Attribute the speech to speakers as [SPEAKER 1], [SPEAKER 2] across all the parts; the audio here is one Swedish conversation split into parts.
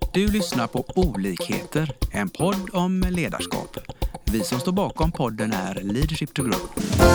[SPEAKER 1] Du lyssnar på Olikheter, en podd om ledarskap. Vi som står bakom podden är Leadership to Grow.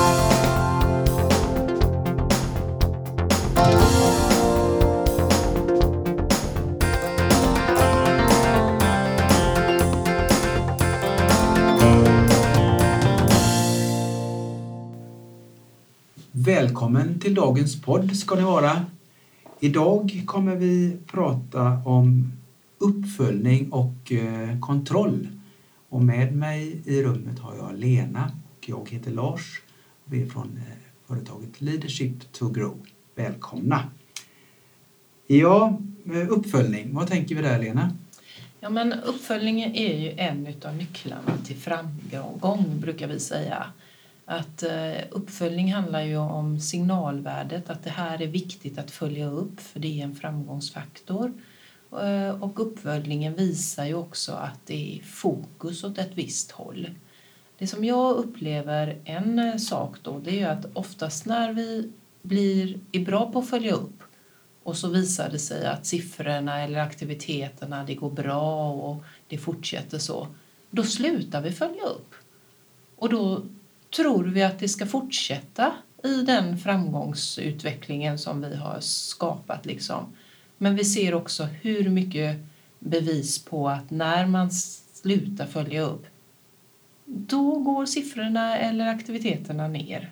[SPEAKER 1] Välkommen till dagens podd ska ni vara. Idag kommer vi prata om uppföljning och kontroll. Och med mig i rummet har jag Lena och jag heter Lars. Vi är från företaget Leadership to Grow. Välkomna! Ja, uppföljning. Vad tänker vi där, Lena?
[SPEAKER 2] Ja, men uppföljningen är ju en av nycklarna till framgång, brukar vi säga. Att uppföljning handlar ju om signalvärdet, att det här är viktigt att följa upp för det är en framgångsfaktor. Och uppföljningen visar ju också att det är fokus åt ett visst håll. Det som jag upplever en sak då, det är ju att oftast när vi är bra på att följa upp och så visar det sig att siffrorna eller aktiviteterna, det går bra och det fortsätter så, då slutar vi följa upp. Och då tror vi att det ska fortsätta i den framgångsutvecklingen som vi har skapat liksom. Men vi ser också hur mycket bevis på att när man slutar följa upp, då går siffrorna eller aktiviteterna ner.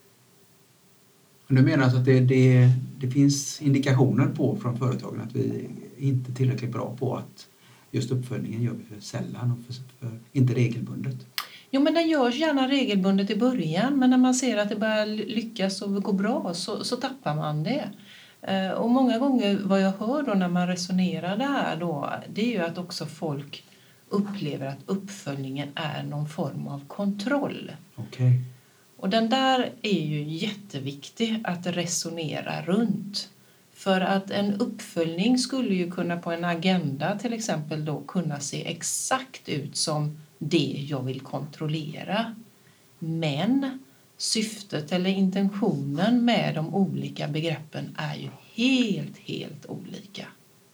[SPEAKER 1] Du menar alltså att det finns indikationer på från företagen att vi inte är tillräckligt bra på att just uppföljningen gör vi för sällan och för inte regelbundet?
[SPEAKER 2] Jo, men den görs gärna regelbundet i början, men när man ser att det börjar lyckas och gå bra så tappar man det. Och många gånger vad jag hör då när man resonerar det här då, det är ju att också folk upplever att uppföljningen är någon form av kontroll.
[SPEAKER 1] Okej.
[SPEAKER 2] Och den där är ju jätteviktig att resonera runt. För att en uppföljning skulle ju kunna på en agenda till exempel då kunna se exakt ut som det jag vill kontrollera. Men syftet eller intentionen med de olika begreppen är ju helt olika.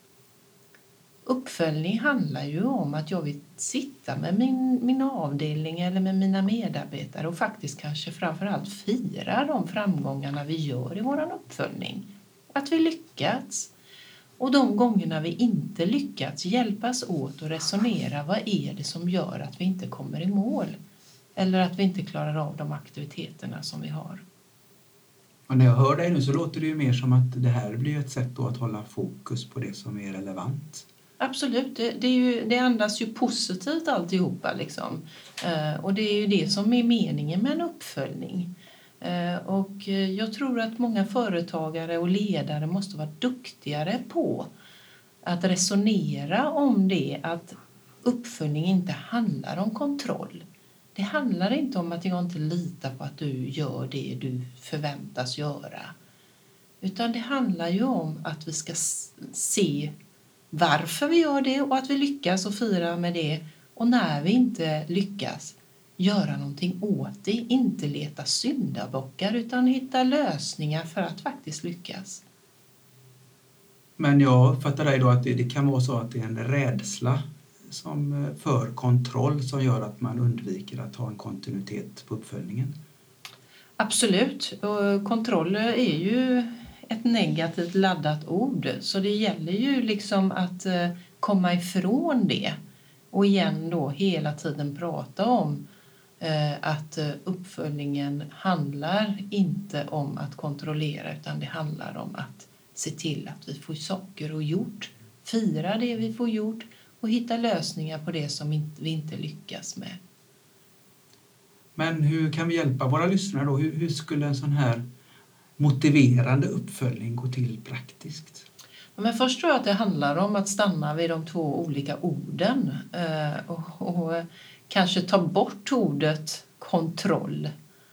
[SPEAKER 2] Uppföljning handlar ju om att jag vill sitta med min avdelning eller med mina medarbetare och faktiskt kanske framförallt fira de framgångarna vi gör i våran uppföljning. Att vi lyckats. Och de gångerna vi inte lyckats hjälpas åt och resonera vad är det som gör att vi inte kommer i mål. Eller att vi inte klarar av de aktiviteterna som vi har.
[SPEAKER 1] Och när jag hör dig nu så låter det ju mer som att det här blir ett sätt då att hålla fokus på det som är relevant.
[SPEAKER 2] Absolut, det andas ju positivt alltihopa liksom. Och det är ju det som är meningen med en uppföljning. Och jag tror att många företagare och ledare måste vara duktigare på att resonera om det, att uppföljning inte handlar om kontroll. Det handlar inte om att jag inte litar på att du gör det du förväntas göra. Utan det handlar ju om att vi ska se varför vi gör det och att vi lyckas och fira med det. Och när vi inte lyckas, göra någonting åt det. Inte leta syndabockar utan hitta lösningar för att faktiskt lyckas.
[SPEAKER 1] Men jag fattar dig då att det kan vara så att det är en rädsla som för kontroll som gör att man undviker att ha en kontinuitet på uppföljningen.
[SPEAKER 2] Absolut. Och kontroll är ju ett negativt laddat ord. Så det gäller ju liksom att komma ifrån det. Och igen då hela tiden prata om att uppföljningen handlar inte om att kontrollera utan det handlar om att se till att vi får saker och gjort. Fira det vi får gjort och hitta lösningar på det som vi inte lyckas med.
[SPEAKER 1] Men hur kan vi hjälpa våra lyssnare då? Hur skulle en sån här motiverande uppföljning gå till praktiskt?
[SPEAKER 2] Men först tror jag att det handlar om att stanna vid de två olika orden och kanske ta bort ordet kontroll.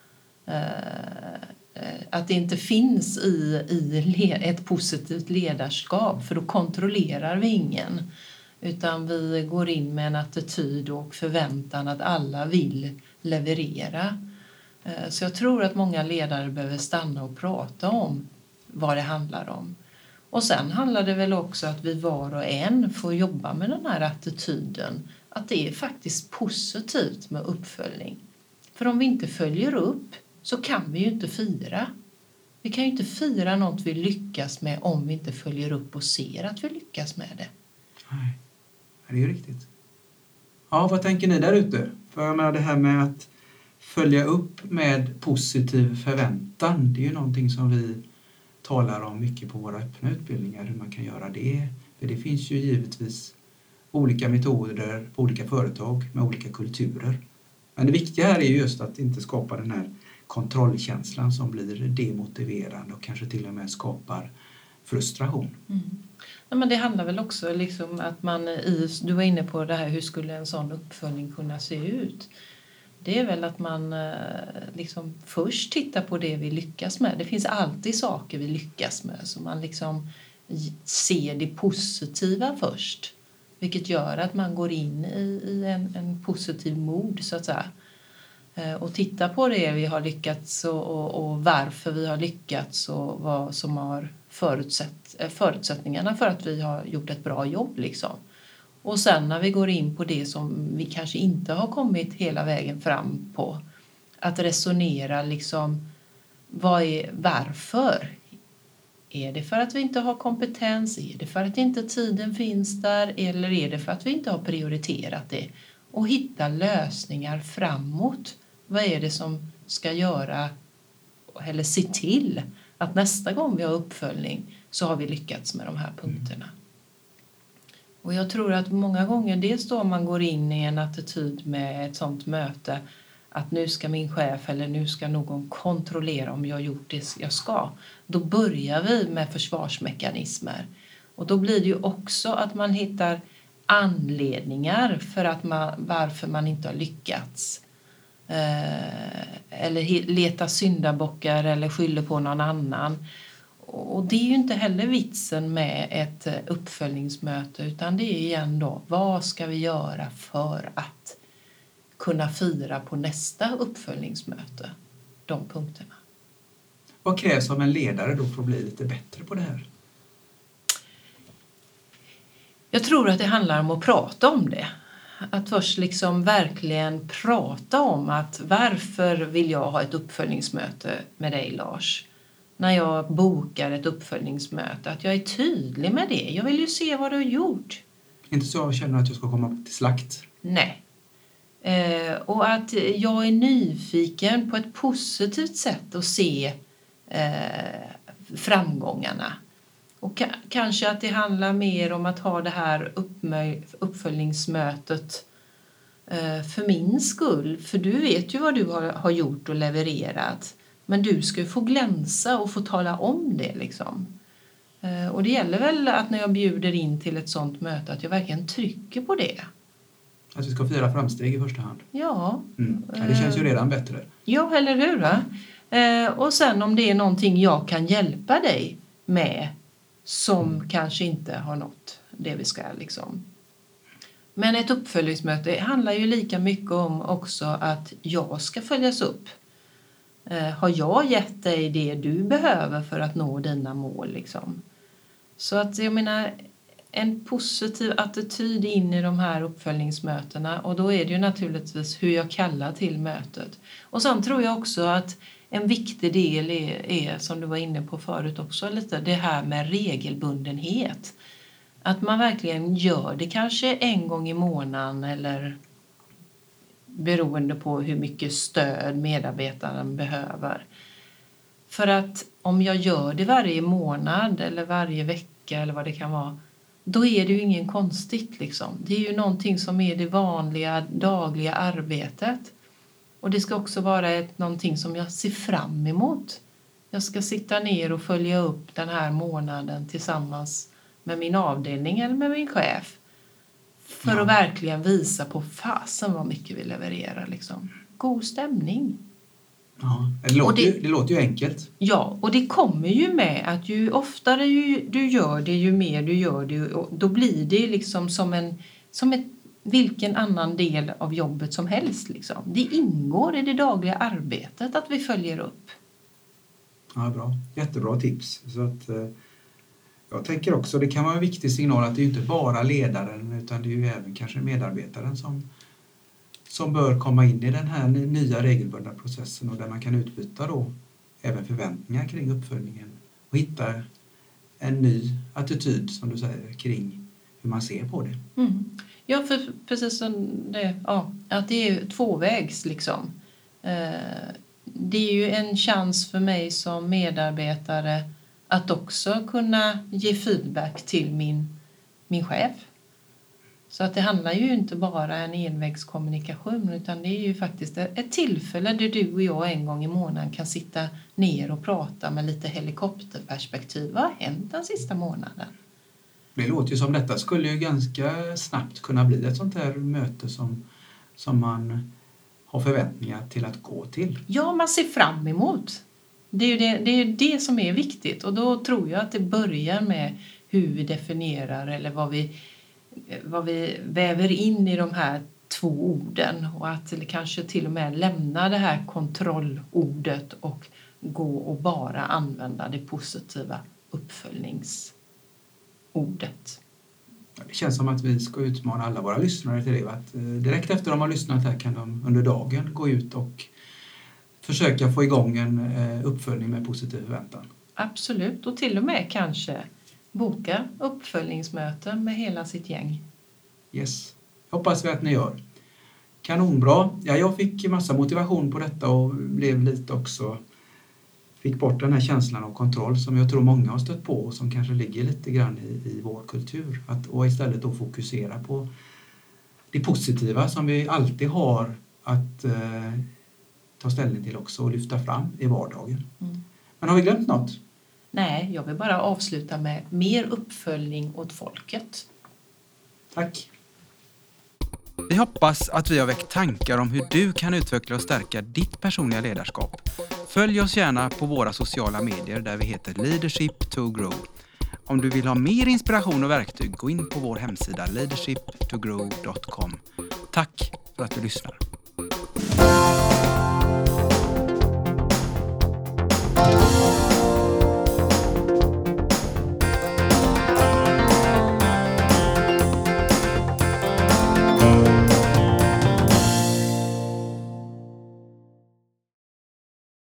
[SPEAKER 2] Att det inte finns i ett positivt ledarskap, för då kontrollerar vi ingen. Utan vi går in med en attityd och förväntan att alla vill leverera. Så jag tror att många ledare behöver stanna och prata om vad det handlar om. Och sen handlar det väl också att vi var och en får jobba med den här attityden. Att det är faktiskt positivt med uppföljning. För om vi inte följer upp så kan vi ju inte fira. Vi kan ju inte fira något vi lyckas med om vi inte följer upp och ser att vi lyckas med det.
[SPEAKER 1] Nej, det är ju riktigt. Ja, vad tänker ni där ute? För jag menar det här med att följa upp med positiv förväntan, det är ju någonting som vi talar om mycket på våra öppna utbildningar, hur man kan göra det. För det finns ju givetvis olika metoder på olika företag med olika kulturer. Men det viktiga här är just att inte skapa den här kontrollkänslan som blir demotiverande och kanske till och med skapar frustration.
[SPEAKER 2] Ja, men det handlar väl också liksom att du var inne på det här, hur skulle en sån uppföljning kunna se ut? Det är väl att man liksom först tittar på det vi lyckas med. Det finns alltid saker vi lyckas med, så man liksom ser det positiva först. Vilket gör att man går in i en positiv mod så att säga. Och titta på det vi har lyckats och varför vi har lyckats och vad som har förutsättningarna för att vi har gjort ett bra jobb liksom. Och sen när vi går in på det som vi kanske inte har kommit hela vägen fram på, att resonera liksom, varför? Är det för att vi inte har kompetens? Är det för att inte tiden finns där? Eller är det för att vi inte har prioriterat det? Och hitta lösningar framåt. Vad är det som ska göra eller se till att nästa gång vi har uppföljning så har vi lyckats med de här punkterna. Och jag tror att många gånger dels då man går in i en attityd med ett sånt möte att nu ska min chef eller nu ska någon kontrollera om jag har gjort det jag ska. Då börjar vi med försvarsmekanismer. Och då blir det ju också att man hittar anledningar för att varför man inte har lyckats. Eller leta syndabockar eller skyller på någon annan. Och det är ju inte heller vitsen med ett uppföljningsmöte, utan det är igen då, vad ska vi göra för att kunna fira på nästa uppföljningsmöte, de punkterna.
[SPEAKER 1] Vad krävs av en ledare då för att bli lite bättre på det här?
[SPEAKER 2] Jag tror att det handlar om att prata om det. Att först liksom verkligen prata om att varför vill jag ha ett uppföljningsmöte med dig, Lars? När jag bokar ett uppföljningsmöte, att jag är tydlig med det. Jag vill ju se vad du har gjort.
[SPEAKER 1] Inte så jag känner att jag ska komma till slakt.
[SPEAKER 2] Nej. Och att jag är nyfiken på ett positivt sätt att se framgångarna. Och kanske att det handlar mer om att ha det här uppföljningsmötet för min skull. För du vet ju vad du har gjort och levererat. Men du ska ju få glänsa och få tala om det liksom. Och det gäller väl att när jag bjuder in till ett sånt möte att jag verkligen trycker på det.
[SPEAKER 1] Att vi ska fira framsteg i första hand.
[SPEAKER 2] Ja.
[SPEAKER 1] Ja, det känns ju redan bättre.
[SPEAKER 2] Ja, eller hur? Va? Och sen om det är någonting jag kan hjälpa dig med som kanske inte har nått det vi ska liksom. Men ett uppföljningsmöte handlar ju lika mycket om också att jag ska följas upp. Har jag gett dig det du behöver för att nå dina mål liksom? Så att jag menar, en positiv attityd in i de här uppföljningsmötena, och då är det ju naturligtvis hur jag kallar till mötet. Och sen tror jag också att en viktig del är som du var inne på förut också lite, det här med regelbundenhet. Att man verkligen gör det kanske en gång i månaden eller beroende på hur mycket stöd medarbetaren behöver. För att om jag gör det varje månad eller varje vecka eller vad det kan vara, då är det ju ingen konstigt liksom. Det är ju någonting som är det vanliga dagliga arbetet. Och det ska också vara någonting som jag ser fram emot. Jag ska sitta ner och följa upp den här månaden tillsammans med min avdelning eller med min chef. För att verkligen visa på fasen vad mycket vi levererar liksom. God stämning.
[SPEAKER 1] Ja, det låter ju enkelt.
[SPEAKER 2] Ja, och det kommer ju med att ju oftare du gör det, ju mer du gör det, då blir det liksom som vilken annan del av jobbet som helst liksom. Det ingår i det dagliga arbetet att vi följer upp.
[SPEAKER 1] Ja, bra. Jättebra tips. Så att Jag tänker också, det kan vara en viktig signal att det är inte bara ledaren utan det är ju även kanske medarbetaren som bör komma in i den här nya regelbundna processen och där man kan utbyta då även förväntningar kring uppföljningen och hitta en ny attityd som du säger kring hur man ser på det.
[SPEAKER 2] Ja, för precis som det, att det är tvåvägs liksom. Det är ju en chans för mig som medarbetare att också kunna ge feedback till min chef. Så att det handlar ju inte bara en envägskommunikation utan det är ju faktiskt ett tillfälle där du och jag en gång i månaden kan sitta ner och prata med lite helikopterperspektiv. Vad har hänt den sista månaden?
[SPEAKER 1] Det låter ju som detta skulle ju ganska snabbt kunna bli ett sånt här möte som man har förväntningar till att gå till.
[SPEAKER 2] Ja, man ser fram emot. Det är ju det som är viktigt och då tror jag att det börjar med hur vi definierar eller vad vi väver in i de här två orden och att kanske till och med lämna det här kontrollordet och gå och bara använda det positiva uppföljningsordet.
[SPEAKER 1] Det känns som att vi ska utmana alla våra lyssnare till det. Att direkt efter de har lyssnat här kan de under dagen gå ut och försöka få igång en uppföljning med positiv förväntan.
[SPEAKER 2] Absolut, och till och med kanske boka uppföljningsmöten med hela sitt gäng.
[SPEAKER 1] Yes, hoppas vi att ni gör. Kanonbra. Ja, jag fick massa motivation på detta och blev lite också... Fick bort den här känslan av kontroll som jag tror många har stött på och som kanske ligger lite grann i vår kultur. Och istället då fokusera på det positiva som vi alltid har att ta ställning till också och lyfta fram i vardagen. Men har vi glömt något?
[SPEAKER 2] Nej, jag vill bara avsluta med mer uppföljning åt folket.
[SPEAKER 1] Tack. Vi hoppas att vi har väckt tankar om hur du kan utveckla och stärka ditt personliga ledarskap. Följ oss gärna på våra sociala medier där vi heter Leadership to Grow. Om du vill ha mer inspiration och verktyg, gå in på vår hemsida leadershiptogrow.com. Tack för att du lyssnar.